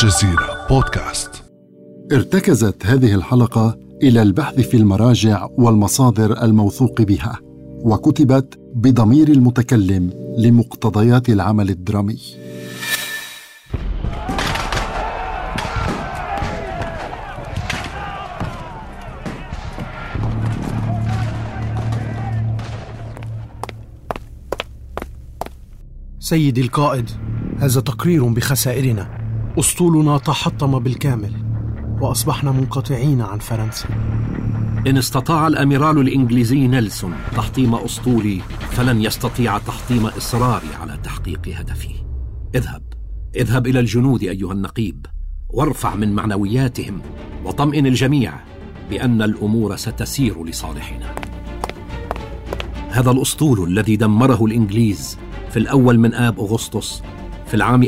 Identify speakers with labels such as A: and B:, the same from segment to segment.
A: الجزيرة بودكاست.
B: ارتكزت هذه الحلقة إلى البحث في المراجع والمصادر الموثوق بها، وكتبت بضمير المتكلم لمقتضيات العمل الدرامي.
C: سيدي القائد، هذا تقرير بخسائرنا. أسطولنا تحطم بالكامل وأصبحنا منقطعين عن فرنسا.
D: إن استطاع الأميرال الإنجليزي نيلسون تحطيم أسطولي، فلن يستطيع تحطيم إصراري على تحقيق هدفي. اذهب إلى الجنود أيها النقيب، وارفع من معنوياتهم وطمئن الجميع بأن الأمور ستسير لصالحنا. هذا الأسطول الذي دمره الإنجليز في الأول من آب أغسطس في العام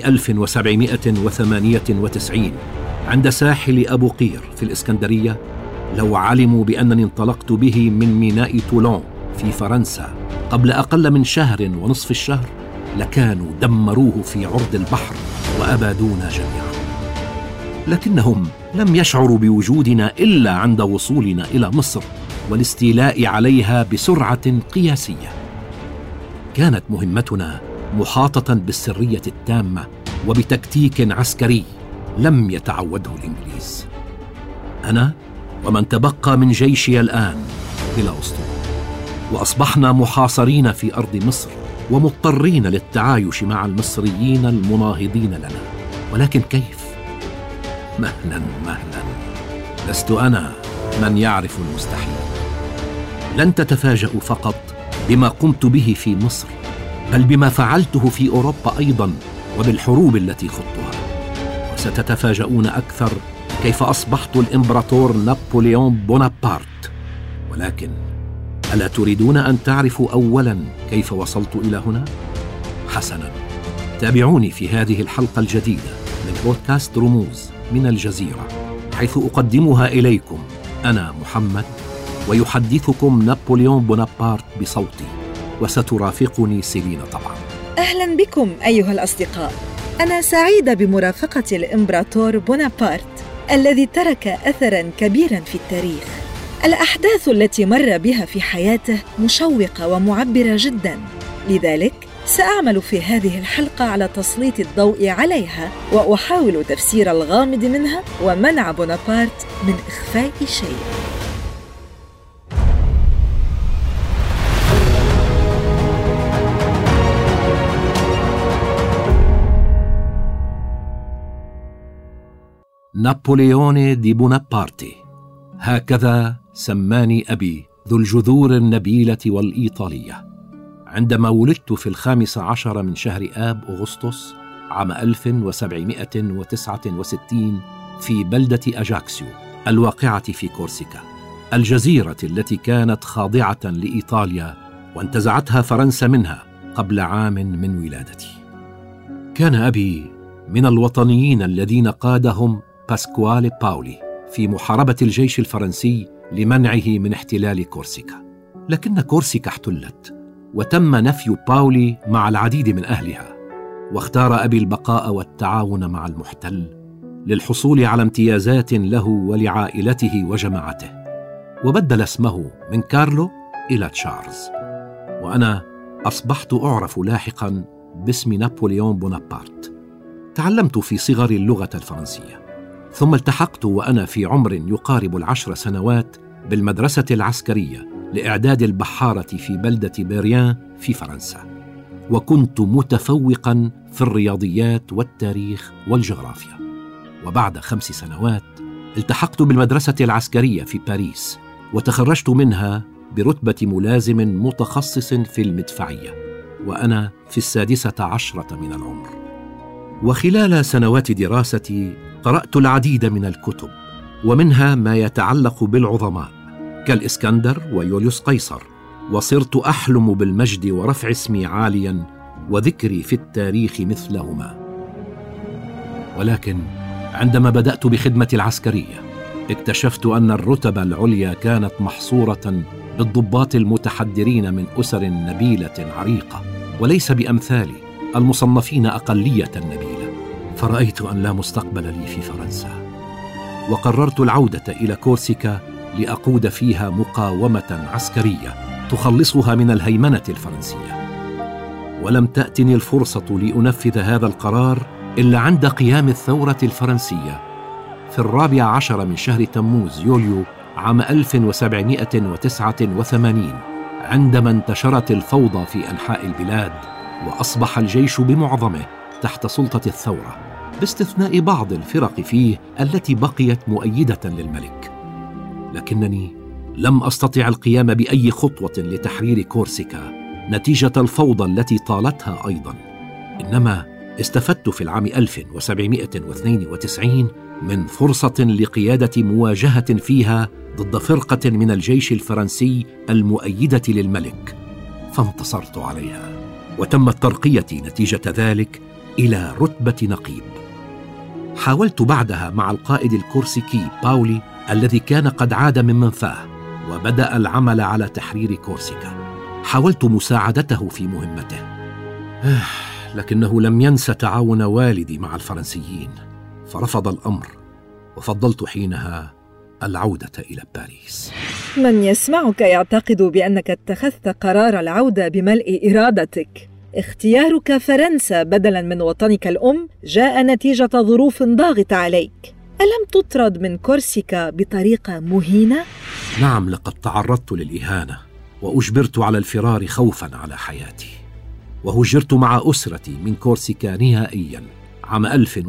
D: 1798 عند ساحل أبو قير في الإسكندرية، لو علموا بأنني انطلقت به من ميناء تولون في فرنسا قبل أقل من شهر ونصف الشهر، لكانوا دمروه في عرض البحر وأبادونا جميعا. لكنهم لم يشعروا بوجودنا إلا عند وصولنا إلى مصر والاستيلاء عليها بسرعة قياسية. كانت مهمتنا محاطة بالسرية التامة وبتكتيك عسكري لم يتعوده الإنجليز. أنا ومن تبقى من جيشي الآن بلا أسطول، وأصبحنا محاصرين في أرض مصر ومضطرين للتعايش مع المصريين المناهضين لنا. ولكن كيف؟ مهلا لست أنا من يعرف المستحيل. لن تتفاجأوا فقط بما قمت به في مصر، بل بما فعلته في أوروبا أيضا وبالحروب التي خضتها. وستتفاجؤون أكثر كيف أصبحت الإمبراطور نابليون بونابرت. ولكن ألا تريدون أن تعرفوا أولا كيف وصلت إلى هنا؟ حسنا، تابعوني في هذه الحلقة الجديدة من بودكاست رموز من الجزيرة، حيث أقدمها إليكم أنا محمد، ويحدثكم نابليون بونابرت بصوتي، وسترافقني سيلينا طبعا.
E: أهلا بكم أيها الأصدقاء. أنا سعيدة بمرافقة الإمبراطور بونابرت الذي ترك أثراً كبيراً في التاريخ. الأحداث التي مر بها في حياته مشوقة ومعبرة جداً، لذلك سأعمل في هذه الحلقة على تسليط الضوء عليها، وأحاول تفسير الغامض منها ومنع بونابرت من إخفاء شيء.
D: نابليون دي بونابرتي، هكذا سماني أبي ذو الجذور النبيلة والإيطالية، عندما ولدت في 15 من شهر آب أغسطس عام 1769 في بلدة أجاكسيو الواقعة في كورسيكا، الجزيرة التي كانت خاضعة لإيطاليا وانتزعتها فرنسا منها قبل عام من ولادتي. كان أبي من الوطنيين الذين قادهم باسكوالي باولي في محاربة الجيش الفرنسي لمنعه من احتلال كورسيكا. لكن كورسيكا احتلت وتم نفي باولي مع العديد من أهلها، واختار أبي البقاء والتعاون مع المحتل للحصول على امتيازات له ولعائلته وجماعته، وبدل اسمه من كارلو إلى تشارلز. وأنا أصبحت أعرف لاحقا باسم نابليون بونابرت. تعلمت في صغري اللغة الفرنسية، ثم التحقت وأنا في عمر يقارب 10 سنوات بالمدرسة العسكرية لإعداد البحارة في بلدة بيريان في فرنسا، وكنت متفوقا في الرياضيات والتاريخ والجغرافيا. وبعد 5 سنوات التحقت بالمدرسة العسكرية في باريس، وتخرجت منها برتبة ملازم متخصص في المدفعية وأنا في 16 من العمر. وخلال سنوات دراستي قرأت العديد من الكتب، ومنها ما يتعلق بالعظماء كالإسكندر ويوليوس قيصر، وصرت أحلم بالمجد ورفع اسمي عاليا وذكري في التاريخ مثلهما. ولكن عندما بدأت بخدمة العسكرية اكتشفت أن الرتب العليا كانت محصورة بالضباط المتحدرين من أسر نبيلة عريقة، وليس بأمثالي المصنفين أقلية نبيلة. فرأيت أن لا مستقبل لي في فرنسا، وقررت العودة إلى كورسيكا لأقود فيها مقاومة عسكرية تخلصها من الهيمنة الفرنسية. ولم تأتني الفرصة لأنفذ هذا القرار إلا عند قيام الثورة الفرنسية في 14 من شهر تموز يوليو عام 1789، عندما انتشرت الفوضى في أنحاء البلاد وأصبح الجيش بمعظمه تحت سلطة الثورة، باستثناء بعض الفرق فيه التي بقيت مؤيدة للملك. لكنني لم أستطع القيام بأي خطوة لتحرير كورسيكا نتيجة الفوضى التي طالتها أيضا، إنما استفدت في العام 1792 من فرصة لقيادة مواجهة فيها ضد فرقة من الجيش الفرنسي المؤيدة للملك، فانتصرت عليها وتمت ترقيتي نتيجة ذلك إلى رتبة نقيب. حاولت بعدها مع القائد الكورسيكي باولي الذي كان قد عاد من منفاه وبدأ العمل على تحرير كورسيكا. حاولت مساعدته في مهمته، لكنه لم ينس تعاون والدي مع الفرنسيين، فرفض الأمر، وفضلت حينها العودة إلى باريس.
E: من يسمعك يعتقد بأنك اتخذت قرار العودة بملء إرادتك. اختيارك فرنسا بدلاً من وطنك الأم جاء نتيجة ظروف ضاغطة عليك. ألم تطرد من كورسيكا بطريقة مهينة؟
D: نعم، لقد تعرضت للإهانة وأجبرت على الفرار خوفاً على حياتي، وهجرت مع أسرتي من كورسيكا نهائياً عام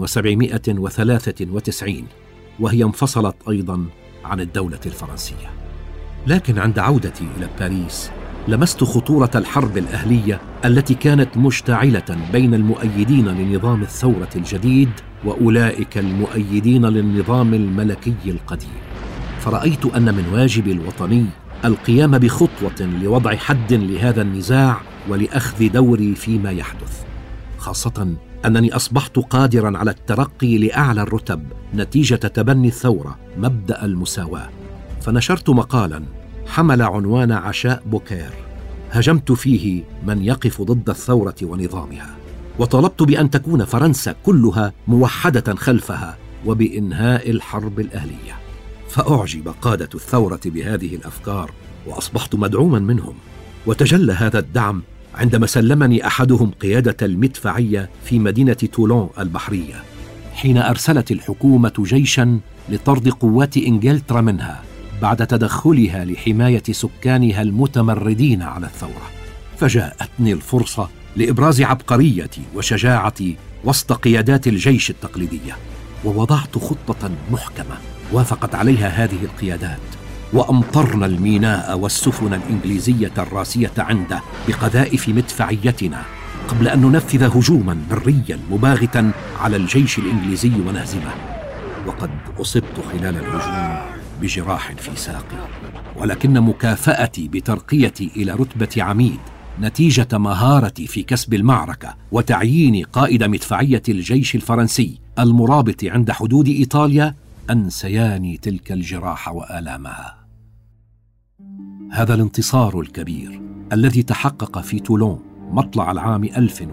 D: 1793، وهي انفصلت أيضاً عن الدولة الفرنسية. لكن عند عودتي إلى باريس لمست خطورة الحرب الأهلية التي كانت مشتعلة بين المؤيدين لنظام الثورة الجديد وأولئك المؤيدين للنظام الملكي القديم. فرأيت أن من واجبي الوطني القيام بخطوة لوضع حد لهذا النزاع ولأخذ دوري فيما يحدث، خاصة أنني أصبحت قادراً على الترقي لأعلى الرتب نتيجة تبني الثورة مبدأ المساواة. فنشرت مقالاً حمل عنوان عشاء بوكير، هجمت فيه من يقف ضد الثورة ونظامها، وطلبت بأن تكون فرنسا كلها موحدة خلفها وبإنهاء الحرب الأهلية. فأعجب قادة الثورة بهذه الأفكار وأصبحت مدعوما منهم، وتجلى هذا الدعم عندما سلمني أحدهم قيادة المدفعية في مدينة تولون البحرية، حين أرسلت الحكومة جيشا لطرد قوات إنجلترا منها بعد تدخلها لحماية سكانها المتمردين على الثورة. فجاءتني الفرصة لإبراز عبقريتي وشجاعتي وسط قيادات الجيش التقليدية، ووضعت خطة محكمة وافقت عليها هذه القيادات، وأمطرنا الميناء والسفن الإنجليزية الراسية عنده بقذائف مدفعيتنا قبل أن ننفذ هجوما بريا مباغتا على الجيش الإنجليزي ونهزمه. وقد أصبت خلال الهجوم بجراح في ساقي، ولكن مكافأتي بترقيتي إلى رتبة عميد نتيجة مهارتي في كسب المعركة وتعييني قائد مدفعية الجيش الفرنسي المرابط عند حدود إيطاليا أنسياني تلك الجراح وآلامها. هذا الانتصار الكبير الذي تحقق في تولون مطلع العام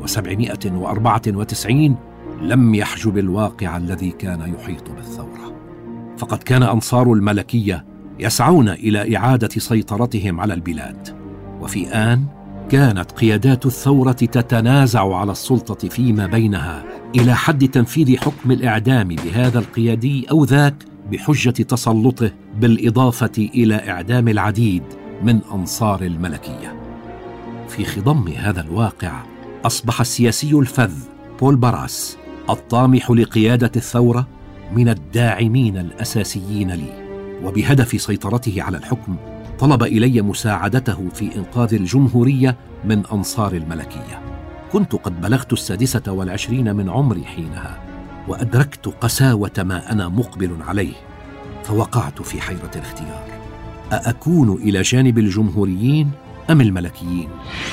D: 1794 لم يحجب الواقع الذي كان يحيط بالثورة، فقد كان أنصار الملكية يسعون إلى إعادة سيطرتهم على البلاد، وفي آن كانت قيادات الثورة تتنازع على السلطة فيما بينها إلى حد تنفيذ حكم الإعدام بهذا القيادي أو ذاك بحجة تسلطه، بالإضافة إلى إعدام العديد من أنصار الملكية. في خضم هذا الواقع أصبح السياسي الفذ بول باراس الطامح لقيادة الثورة من الداعمين الأساسيين لي، وبهدف سيطرته على الحكم طلب إلي مساعدته في إنقاذ الجمهورية من أنصار الملكية. كنت قد بلغت 26 من عمري حينها، وأدركت قساوة ما أنا مقبل عليه، فوقعت في حيرة الاختيار: أأكون إلى جانب الجمهوريين أم الملكيين؟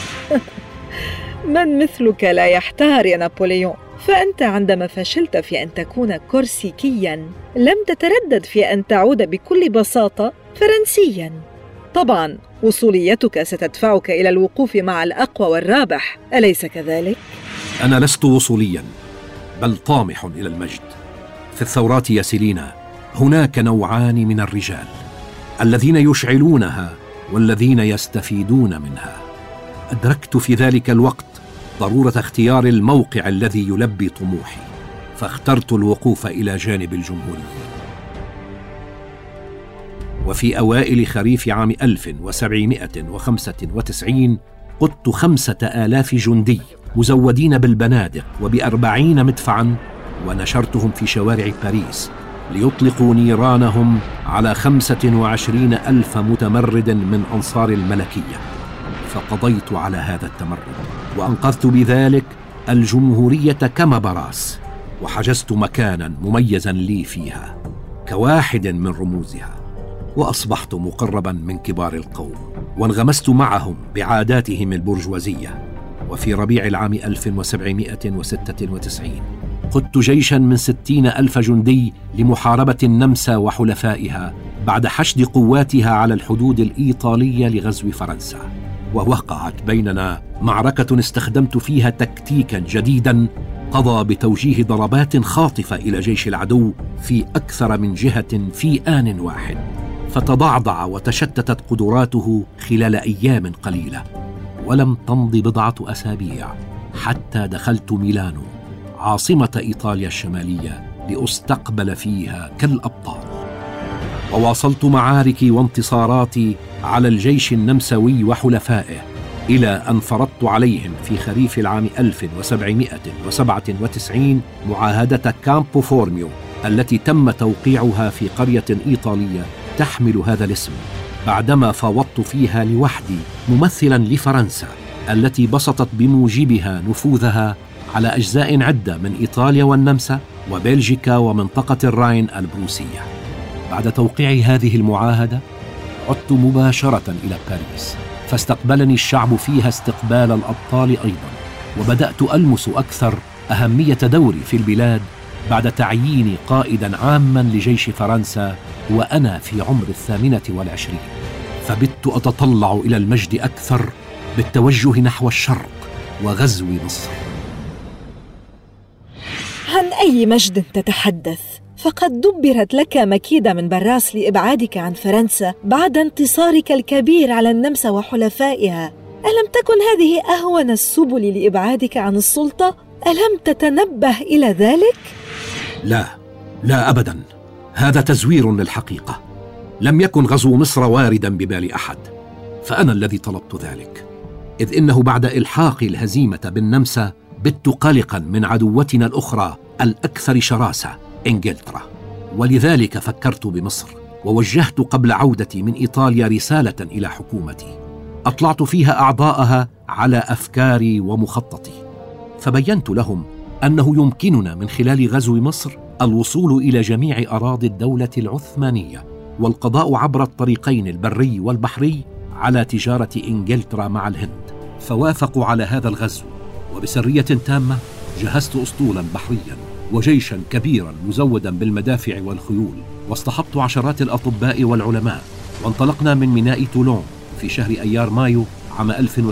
E: من مثلك لا يحتار يا نابليون، فأنت عندما فشلت في أن تكون كورسيكياً لم تتردد في أن تعود بكل بساطة فرنسياً. طبعاً وصوليتك ستدفعك إلى الوقوف مع الأقوى والرابح، أليس كذلك؟
D: أنا لست وصولياً، بل طامح إلى المجد. في الثورات يا سيلينا هناك نوعان من الرجال، الذين يشعلونها والذين يستفيدون منها. أدركت في ذلك الوقت ضرورة اختيار الموقع الذي يلبي طموحي، فاخترت الوقوف إلى جانب الجمهوريين. وفي أوائل خريف عام 1795 قدت 5000 جندي مزودين بالبنادق وب40 مدفعا، ونشرتهم في شوارع باريس ليطلقوا نيرانهم على 25,000 متمرد من أنصار الملكية. فقضيت على هذا التمرد، وأنقذت بذلك الجمهورية كما براس، وحجزت مكانا مميزا لي فيها كواحد من رموزها، وأصبحت مقربا من كبار القوم، وانغمست معهم بعاداتهم البرجوازية. وفي ربيع العام 1796 قدت جيشا من 60,000 جندي لمحاربة النمسا وحلفائها بعد حشد قواتها على الحدود الإيطالية لغزو فرنسا. ووقعت بيننا معركة استخدمت فيها تكتيكا جديدا قضى بتوجيه ضربات خاطفة إلى جيش العدو في أكثر من جهة في آن واحد، فتضعضع وتشتتت قدراته خلال أيام قليلة. ولم تمض بضعة أسابيع حتى دخلت ميلانو عاصمة إيطاليا الشمالية لأستقبل فيها كالأبطال. وواصلت معاركي وانتصاراتي على الجيش النمساوي وحلفائه إلى أن فرضت عليهم في خريف العام 1797 معاهدة كامبو فورميو التي تم توقيعها في قرية إيطالية تحمل هذا الاسم، بعدما فاوضت فيها لوحدي ممثلا لفرنسا التي بسطت بموجبها نفوذها على أجزاء عدة من إيطاليا والنمسا وبلجيكا ومنطقة الراين البروسية. بعد توقيع هذه المعاهدة عدت مباشرة إلى باريس، فاستقبلني الشعب فيها استقبال الأبطال أيضا، وبدأت ألمس أكثر أهمية دوري في البلاد بعد تعييني قائدا عاما لجيش فرنسا وأنا في عمر 28، فبت أتطلع إلى المجد أكثر بالتوجه نحو الشرق وغزو مصر.
E: عن أي مجد تتحدث؟ فقد دبرت لك مكيدة من براس لإبعادك عن فرنسا بعد انتصارك الكبير على النمسا وحلفائها. ألم تكن هذه أهون السبل لإبعادك عن السلطة؟ ألم تتنبه إلى ذلك؟
D: لا أبدا، هذا تزوير للحقيقة. لم يكن غزو مصر واردا ببال أحد، فأنا الذي طلبت ذلك، إذ إنه بعد إلحاق الهزيمة بالنمسا بت قلقا من عدوتنا الأخرى الأكثر شراسة إنجلترا، ولذلك فكرت بمصر، ووجهت قبل عودتي من إيطاليا رسالة إلى حكومتي أطلعت فيها أعضاءها على أفكاري ومخططي، فبينت لهم أنه يمكننا من خلال غزو مصر الوصول إلى جميع أراضي الدولة العثمانية والقضاء عبر الطريقين البري والبحري على تجارة إنجلترا مع الهند. فوافقوا على هذا الغزو، وبسرية تامة جهزت أسطولا بحريا وجيشا كبيرا مزودا بالمدافع والخيول، واصطحبت عشرات الأطباء والعلماء، وانطلقنا من ميناء تولون في شهر أيار مايو عام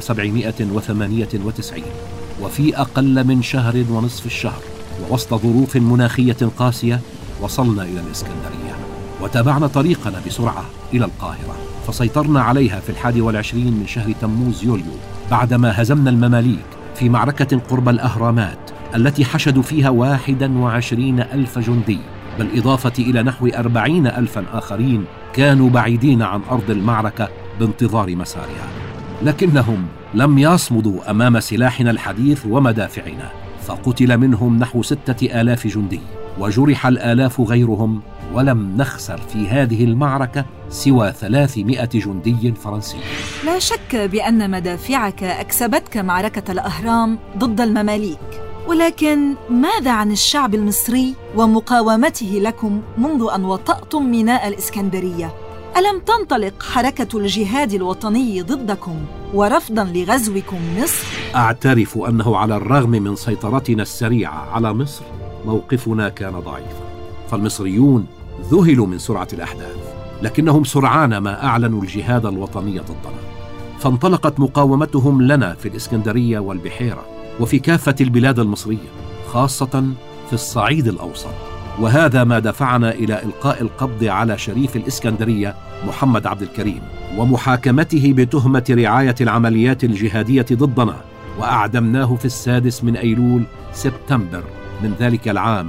D: 1798، وفي أقل من شهر ونصف الشهر ووسط ظروف مناخية قاسية وصلنا إلى الإسكندرية، وتابعنا طريقنا بسرعة إلى القاهرة، فسيطرنا عليها في 21 من شهر تموز يوليو، بعدما هزمنا المماليك في معركة قرب الأهرامات التي حشدوا فيها 21,000 جندي، بالإضافة إلى نحو 40,000 آخرين كانوا بعيدين عن أرض المعركة بانتظار مسارها، لكنهم لم يصمدوا أمام سلاحنا الحديث ومدافعنا، فقتل منهم نحو 6,000 جندي وجرح الآلاف غيرهم، ولم نخسر في هذه المعركة سوى 300 جندي فرنسي.
E: لا شك بأن مدافعك أكسبتك معركة الأهرام ضد المماليك، ولكن ماذا عن الشعب المصري ومقاومته لكم منذ أن وطأتم ميناء الإسكندرية؟ ألم تنطلق حركة الجهاد الوطني ضدكم ورفضاً لغزوكم مصر؟
D: أعترف أنه على الرغم من سيطرتنا السريعة على مصر موقفنا كان ضعيفاً، فالمصريون ذهلوا من سرعة الأحداث، لكنهم سرعان ما أعلنوا الجهاد الوطني ضدنا، فانطلقت مقاومتهم لنا في الإسكندرية والبحيرة وفي كافة البلاد المصرية، خاصة في الصعيد الأوسط، وهذا ما دفعنا إلى إلقاء القبض على شريف الإسكندرية محمد عبد الكريم ومحاكمته بتهمة رعاية العمليات الجهادية ضدنا، وأعدمناه في 6 أيلول سبتمبر من ذلك العام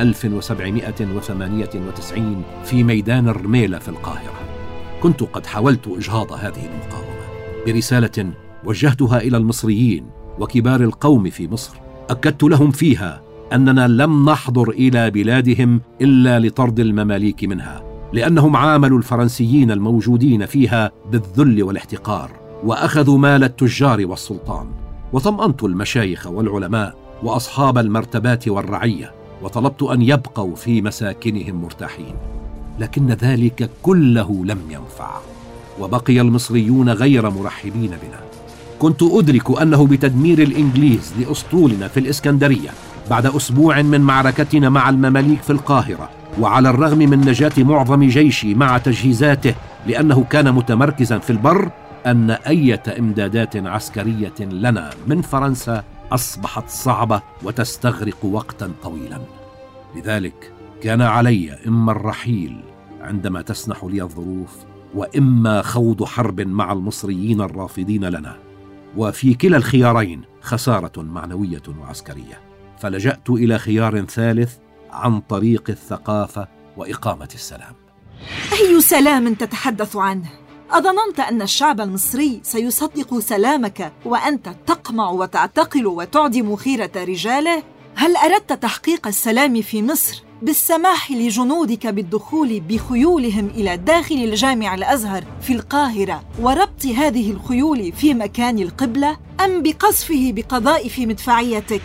D: 1798 في ميدان الرميلة في القاهرة. كنت قد حاولت إجهاض هذه المقاومة برسالة وجهتها إلى المصريين وكبار القوم في مصر، أكدت لهم فيها أننا لم نحضر إلى بلادهم إلا لطرد المماليك منها، لأنهم عاملوا الفرنسيين الموجودين فيها بالذل والاحتقار، وأخذوا مال التجار والسلطان. وطمأنت المشايخ والعلماء وأصحاب المرتبات والرعية، وطلبت أن يبقوا في مساكنهم مرتاحين، لكن ذلك كله لم ينفع، وبقي المصريون غير مرحبين بنا. كنت أدرك أنه بتدمير الإنجليز لأسطولنا في الإسكندرية بعد أسبوع من معركتنا مع المماليك في القاهرة، وعلى الرغم من نجاة معظم جيشي مع تجهيزاته لأنه كان متمركزا في البر، أن أي إمدادات عسكرية لنا من فرنسا أصبحت صعبة وتستغرق وقتا طويلا. لذلك كان علي إما الرحيل عندما تسنح لي الظروف، وإما خوض حرب مع المصريين الرافضين لنا، وفي كلا الخيارين خسارة معنوية وعسكرية. فلجأت إلى خيار ثالث عن طريق الثقافة وإقامة السلام.
E: أي سلام تتحدث عنه؟ أظننت أن الشعب المصري سيصدق سلامك وأنت تقمع وتعتقل وتعدم خيرة رجاله؟ هل أردت تحقيق السلام في مصر بالسماح لجنودك بالدخول بخيولهم إلى داخل الجامع الأزهر في القاهرة وربط هذه الخيول في مكان القبلة، أم بقصفه بقذائف مدفعيتك؟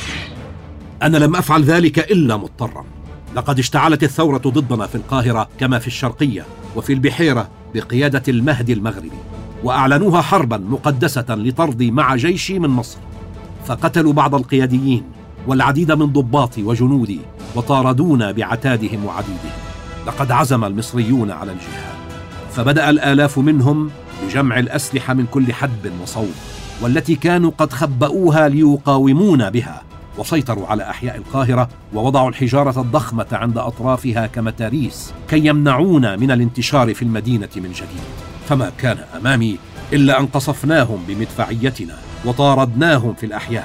D: أنا لم أفعل ذلك إلا مضطرا. لقد اشتعلت الثورة ضدنا في القاهرة كما في الشرقية وفي البحيرة بقيادة المهدي المغربي، وأعلنوها حربا مقدسة لطردي مع جيشي من مصر، فقتلوا بعض القياديين والعديد من ضباطي وجنودي وطاردونا بعتادهم وعديدهم. لقد عزم المصريون على الجهاد، فبدأ الآلاف منهم بجمع الأسلحة من كل حدب وصوب، والتي كانوا قد خبأوها ليقاومونا بها، وسيطروا على أحياء القاهرة ووضعوا الحجارة الضخمة عند أطرافها كمتاريس كي يمنعونا من الانتشار في المدينة من جديد. فما كان أمامي إلا أن قصفناهم بمدفعيتنا وطاردناهم في الأحياء،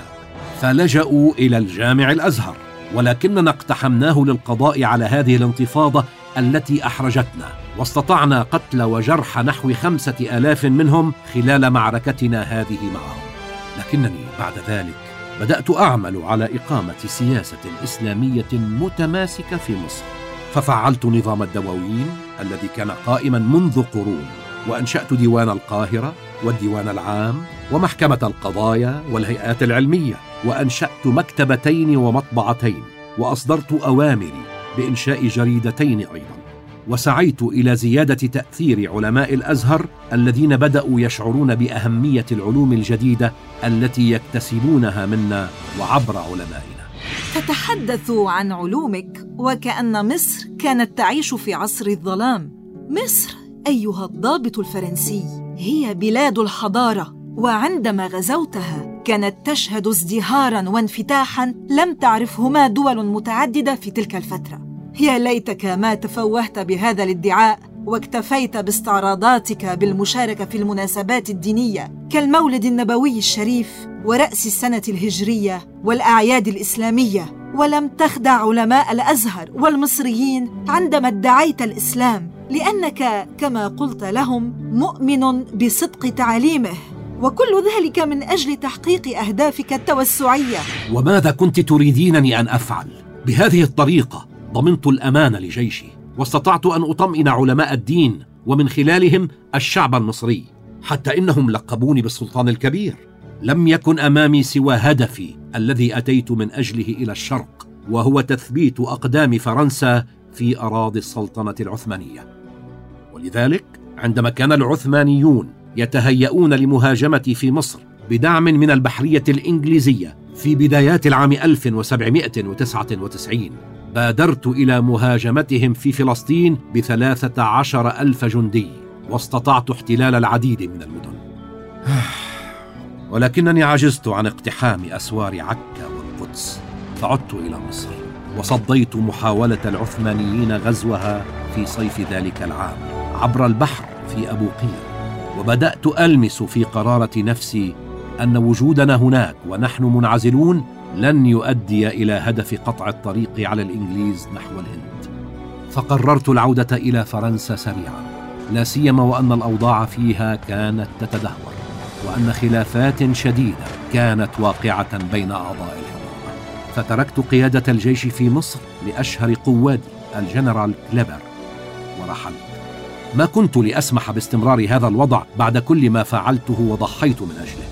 D: فلجأوا إلى الجامع الأزهر، ولكننا اقتحمناه للقضاء على هذه الانتفاضة التي أحرجتنا، واستطعنا قتل وجرح نحو 5000 منهم خلال معركتنا هذه معهم. لكنني بعد ذلك بدأت أعمل على إقامة سياسة إسلامية متماسكة في مصر، ففعلت نظام الدواوين الذي كان قائما منذ قرون، وأنشأت ديوان القاهرة والديوان العام ومحكمة القضايا والهيئات العلمية، وأنشأت مكتبتين ومطبعتين، وأصدرت أوامري بإنشاء جريدتين أيضا، وسعيت إلى زيادة تأثير علماء الأزهر الذين بدأوا يشعرون بأهمية العلوم الجديدة التي يكتسبونها منا وعبر علمائنا.
E: تتحدث عن علومك وكأن مصر كانت تعيش في عصر الظلام. مصر أيها الضابط الفرنسي هي بلاد الحضارة، وعندما غزوتها كانت تشهد ازدهاراً وانفتاحاً لم تعرفهما دول متعددة في تلك الفترة. يا ليتك ما تفوهت بهذا الادعاء واكتفيت باستعراضاتك بالمشاركة في المناسبات الدينية كالمولد النبوي الشريف ورأس السنة الهجرية والأعياد الإسلامية، ولم تخدع علماء الأزهر والمصريين عندما ادعيت الإسلام، لأنك كما قلت لهم مؤمن بصدق تعاليمه، وكل ذلك من أجل تحقيق أهدافك التوسعية.
D: وماذا كنت تريدينني أن أفعل؟ بهذه الطريقة ضمنت الأمان لجيشي، واستطعت أن أطمئن علماء الدين ومن خلالهم الشعب المصري، حتى إنهم لقبوني بالسلطان الكبير. لم يكن أمامي سوى هدفي الذي أتيت من أجله إلى الشرق، وهو تثبيت أقدام فرنسا في أراضي السلطنة العثمانية. ولذلك عندما كان العثمانيون يتهيئون لمهاجمتي في مصر بدعم من البحرية الإنجليزية في بدايات العام 1799، بادرت إلى مهاجمتهم في فلسطين ب13,000 جندي، واستطعت احتلال العديد من المدن. ولكنني عجزت عن اقتحام أسوار عكا والقدس، فعدت إلى مصر وصديت محاولة العثمانيين غزوها في صيف ذلك العام عبر البحر في أبو قير، وبدأت ألمس في قرارة نفسي أن وجودنا هناك ونحن منعزلون لن يؤدي إلى هدف قطع الطريق على الإنجليز نحو الهند. فقررت العودة إلى فرنسا سريعا، لا سيما وأن الأوضاع فيها كانت تتدهور، وأن خلافات شديدة كانت واقعة بين أعضاء الحكومة. فتركت قيادة الجيش في مصر لأشهر قوادي الجنرال كليبر ورحلت. ما كنت لأسمح باستمرار هذا الوضع بعد كل ما فعلته وضحيت من أجله.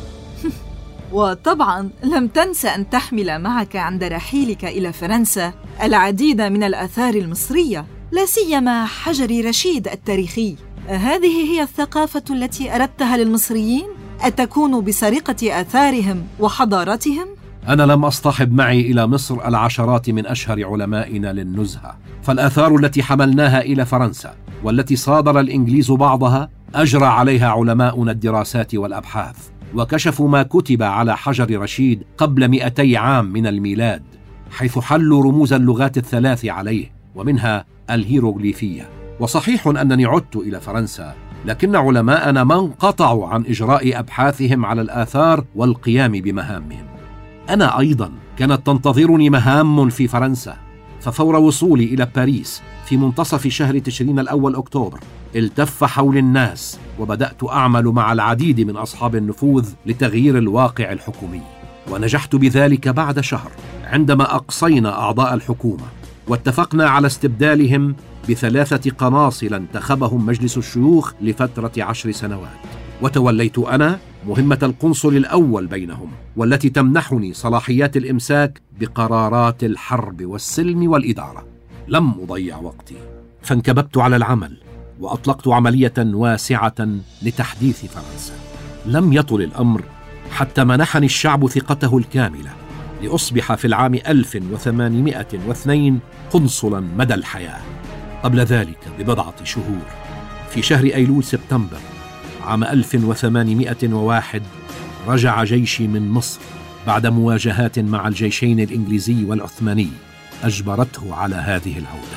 E: وطبعاً لم تنس أن تحمل معك عند رحيلك إلى فرنسا العديد من الآثار المصرية، لا سيما حجر رشيد التاريخي. هذه هي الثقافة التي أردتها للمصريين؟ أتكون بسرقة آثارهم وحضارتهم؟
D: أنا لم أصطحب معي إلى مصر العشرات من أشهر علمائنا للنزهة، فالآثار التي حملناها إلى فرنسا والتي صادر الإنجليز بعضها أجرى عليها علماؤنا الدراسات والأبحاث، وكشفوا ما كتب على حجر رشيد قبل 200 عام من الميلاد، حيث حلوا رموز اللغات الثلاث عليه ومنها الهيروغليفية. وصحيح أنني عدت إلى فرنسا، لكن علماءنا ما انقطعوا عن إجراء أبحاثهم على الآثار والقيام بمهامهم. أنا أيضا كانت تنتظرني مهام في فرنسا، ففور وصولي إلى باريس في منتصف شهر تشرين الأول أكتوبر التف حول الناس، وبدأت أعمل مع العديد من أصحاب النفوذ لتغيير الواقع الحكومي. ونجحت بذلك بعد شهر، عندما أقصينا أعضاء الحكومة واتفقنا على استبدالهم ب3 قناصل انتخبهم مجلس الشيوخ لفترة 10 سنوات. وتوليت أنا مهمة القنصل الأول بينهم، والتي تمنحني صلاحيات الإمساك بقرارات الحرب والسلم والإدارة. لم أضيع وقتي، فانكببت على العمل وأطلقت عملية واسعة لتحديث فرنسا. لم يطل الأمر حتى منحني الشعب ثقته الكاملة لأصبح في العام 1802 قنصلا مدى الحياة. قبل ذلك ب7 شهور، في شهر أيلول سبتمبر عام 1801، رجع جيشي من مصر بعد مواجهات مع الجيشين الإنجليزي والعثماني أجبرته على هذه العودة.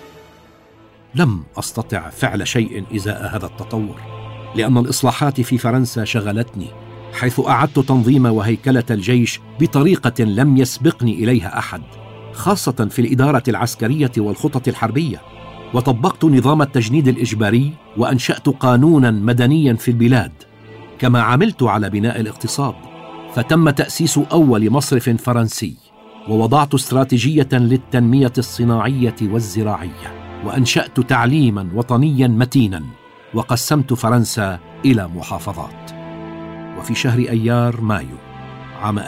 D: لم أستطع فعل شيء إزاء هذا التطور، لأن الإصلاحات في فرنسا شغلتني، حيث أعدت تنظيم وهيكلة الجيش بطريقة لم يسبقني إليها أحد، خاصة في الإدارة العسكرية والخطط الحربية. وطبقت نظام التجنيد الإجباري، وأنشأت قانوناً مدنياً في البلاد. كما عملت على بناء الاقتصاد، فتم تأسيس أول مصرف فرنسي، ووضعت استراتيجية للتنمية الصناعية والزراعية، وأنشأت تعليماً وطنياً متيناً، وقسمت فرنسا إلى محافظات. وفي شهر أيار مايو عام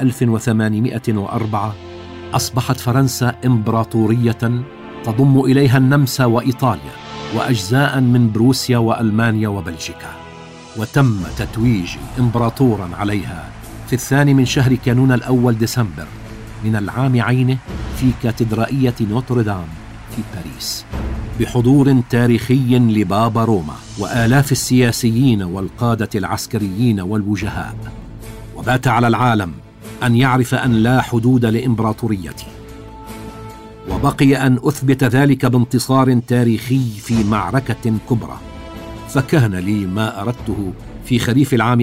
D: 1804 أصبحت فرنسا إمبراطورية تضم إليها النمسا وإيطاليا وأجزاء من بروسيا وألمانيا وبلجيكا، وتم تتويجي إمبراطورا عليها في 2 من شهر كانون الأول ديسمبر من العام عينه في كاتدرائية نوتردام في باريس، بحضور تاريخي لبابا روما وآلاف السياسيين والقادة العسكريين والوجهاء. وبات على العالم أن يعرف أن لا حدود لإمبراطوريتي، وبقي أن أثبت ذلك بانتصار تاريخي في معركة كبرى. فكان لي ما أردته في خريف العام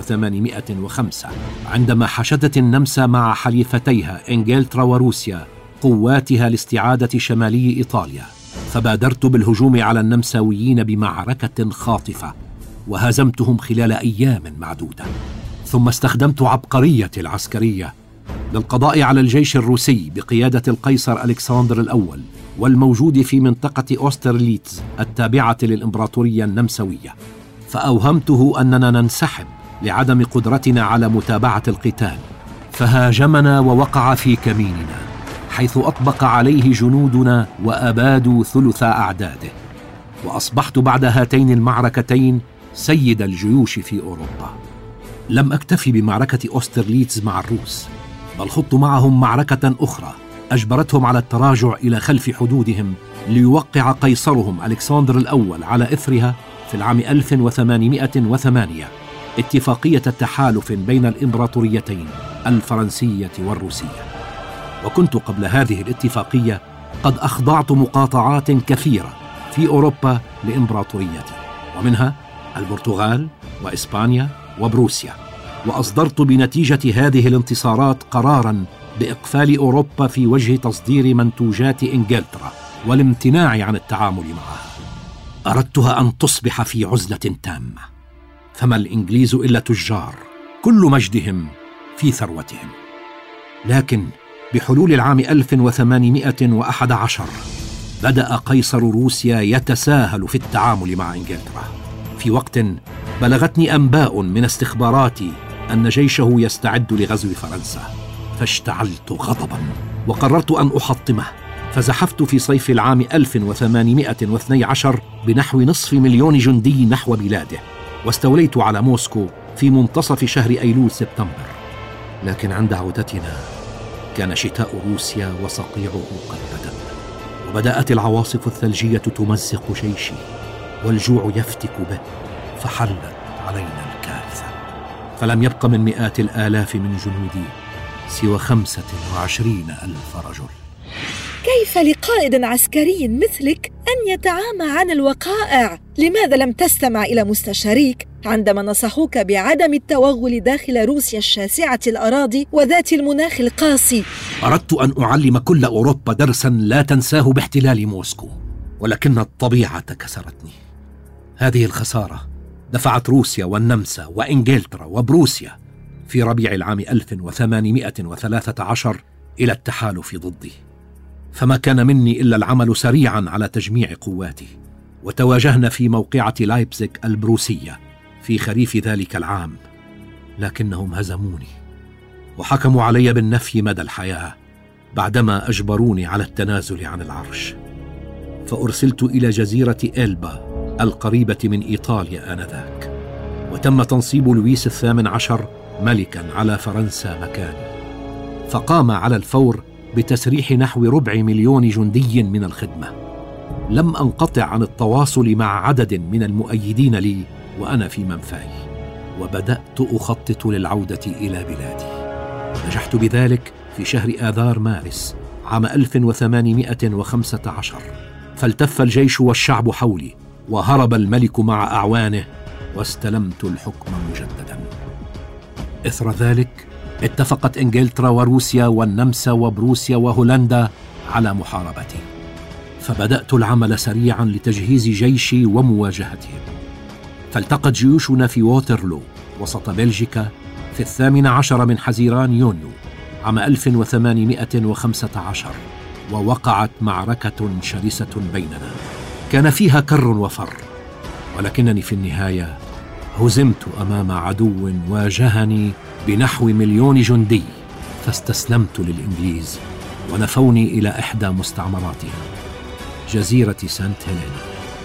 D: 1805، عندما حشدت النمسا مع حليفتيها إنجلترا وروسيا قواتها لاستعادة شمالي إيطاليا، فبادرت بالهجوم على النمساويين بمعركة خاطفة، وهزمتهم خلال أيام معدودة. ثم استخدمت عبقريتي العسكرية للقضاء على الجيش الروسي بقيادة القيصر ألكسندر الأول، والموجود في منطقة أوسترليتز التابعة للإمبراطورية النمساوية، فأوهمته أننا ننسحب لعدم قدرتنا على متابعة القتال، فهاجمنا ووقع في كميننا، حيث أطبق عليه جنودنا وأبادوا ثلث أعداده. وأصبحت بعد هاتين المعركتين سيد الجيوش في أوروبا. لم أكتفي بمعركة أوسترليتز مع الروس، بل خضت معهم معركة أخرى أجبرتهم على التراجع إلى خلف حدودهم، ليوقع قيصرهم ألكسندر الأول على إثرها في العام 1808 اتفاقية تحالف بين الإمبراطوريتين الفرنسية والروسية. وكنت قبل هذه الاتفاقية قد أخضعت مقاطعات كثيرة في أوروبا لإمبراطوريتي، ومنها البرتغال وإسبانيا وبروسيا، وأصدرت بنتيجة هذه الانتصارات قراراً بإقفال أوروبا في وجه تصدير منتوجات إنجلترا والامتناع عن التعامل معها. أردتها أن تصبح في عزلة تامة، فما الإنجليز إلا تجار كل مجدهم في ثروتهم. لكن بحلول العام 1811 بدأ قيصر روسيا يتساهل في التعامل مع إنجلترا، في وقت بلغتني أنباء من استخباراتي أن جيشه يستعد لغزو فرنسا، فاشتعلت غضباً وقررت أن أحطمه. فزحفت في صيف العام 1812 بنحو 500,000 جندي نحو بلاده، واستوليت على موسكو في منتصف شهر أيلول سبتمبر. لكن عند عودتنا كان شتاء روسيا وصقيعه قد بدأ، وبدأت العواصف الثلجية تمزق جيشي والجوع يفتك به، فحلت علينا الكارثة. فلم يبق من مئات الآلاف من جنودي سوى 25,000 رجل.
E: كيف لقائد عسكري مثلك أن يتعامى عن الوقائع؟ لماذا لم تستمع إلى مستشاريك عندما نصحوك بعدم التوغل داخل روسيا الشاسعة الأراضي وذات المناخ القاسي؟
D: أردت أن أعلم كل أوروبا درساً لا تنساه باحتلال موسكو، ولكن الطبيعة كسرتني. هذه الخسارة دفعت روسيا والنمسا وإنجلترا وبروسيا في ربيع العام 1813 إلى التحالف ضدي، فما كان مني إلا العمل سريعاً على تجميع قواتي. وتواجهنا في موقعة لايبزيغ البروسية في خريف ذلك العام، لكنهم هزموني وحكموا علي بالنفي مدى الحياة بعدما أجبروني على التنازل عن العرش. فأرسلت إلى جزيرة إلبا القريبة من إيطاليا آنذاك، وتم تنصيب لويس ال18 ملكاً على فرنسا مكاني، فقام على الفور بتسريح نحو 250,000 جندي من الخدمة. لم أنقطع عن التواصل مع عدد من المؤيدين لي وأنا في منفاي، وبدأت أخطط للعودة إلى بلادي. نجحت بذلك في شهر آذار مارس عام 1815، فالتف الجيش والشعب حولي، وهرب الملك مع أعوانه، واستلمت الحكم مجددا. إثر ذلك اتفقت إنجلترا وروسيا والنمسا وبروسيا وهولندا على محاربتي، فبدأت العمل سريعا لتجهيز جيشي ومواجهتهم. فالتقت جيوشنا في ووترلو وسط بلجيكا في 18 من حزيران يونيو عام 1815، ووقعت معركة شرسة بيننا كان فيها كر وفر، ولكنني في النهاية هزمت أمام عدو واجهني بنحو 1,000,000 جندي، فاستسلمت للإنجليز ونفوني إلى إحدى مستعمراتهم، جزيرة سانت هيلينا.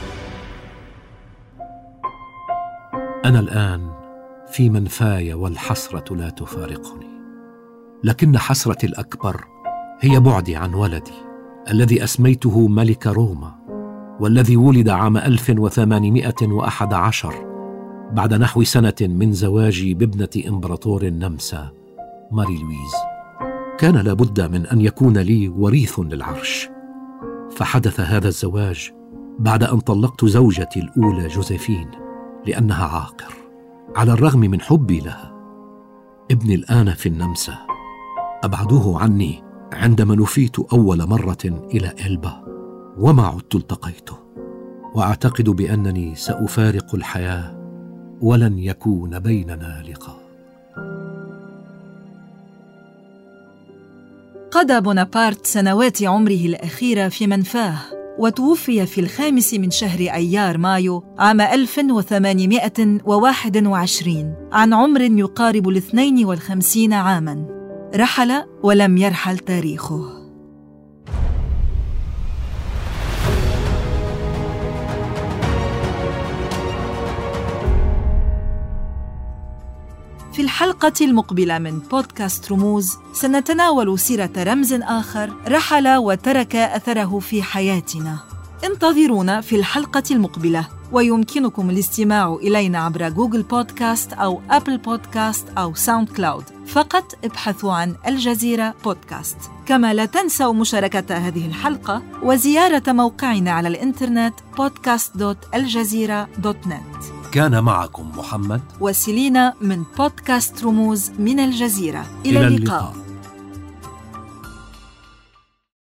D: أنا الآن في منفاي والحسرة لا تفارقني، لكن حسرتي الأكبر هي بعدي عن ولدي الذي أسميته ملك روما، والذي ولد عام 1811 بعد نحو سنة من زواجي بابنة إمبراطور النمسا ماري لويز. كان لابد من أن يكون لي وريث للعرش، فحدث هذا الزواج بعد أن طلقت زوجتي الأولى جوزيفين لأنها عاقر، على الرغم من حبي لها. ابني الآن في النمسا، أبعدوه عني عندما نفيت أول مرة إلى إلبا، وما عدت التقيته، وأعتقد بأنني سأفارق الحياة ولن يكون بيننا لقاء.
E: قضى بونابرت سنوات عمره الأخيرة في منفاه، وتوفي في 5 من شهر أيار مايو عام 1821 عن عمر يقارب 52 عاماً. رحل ولم يرحل تاريخه. في الحلقة المقبلة من بودكاست رموز سنتناول سيرة رمز آخر رحل وترك أثره في حياتنا. انتظرونا في الحلقة المقبلة، ويمكنكم الاستماع إلينا عبر جوجل بودكاست أو أبل بودكاست أو ساوند كلاود. فقط ابحثوا عن الجزيرة بودكاست. كما لا تنسوا مشاركة هذه الحلقة وزيارة موقعنا على الإنترنت podcast.aljazeera.net.
D: كان معكم محمد
E: وسيلينا من بودكاست رموز من الجزيرة. إلى اللقاء.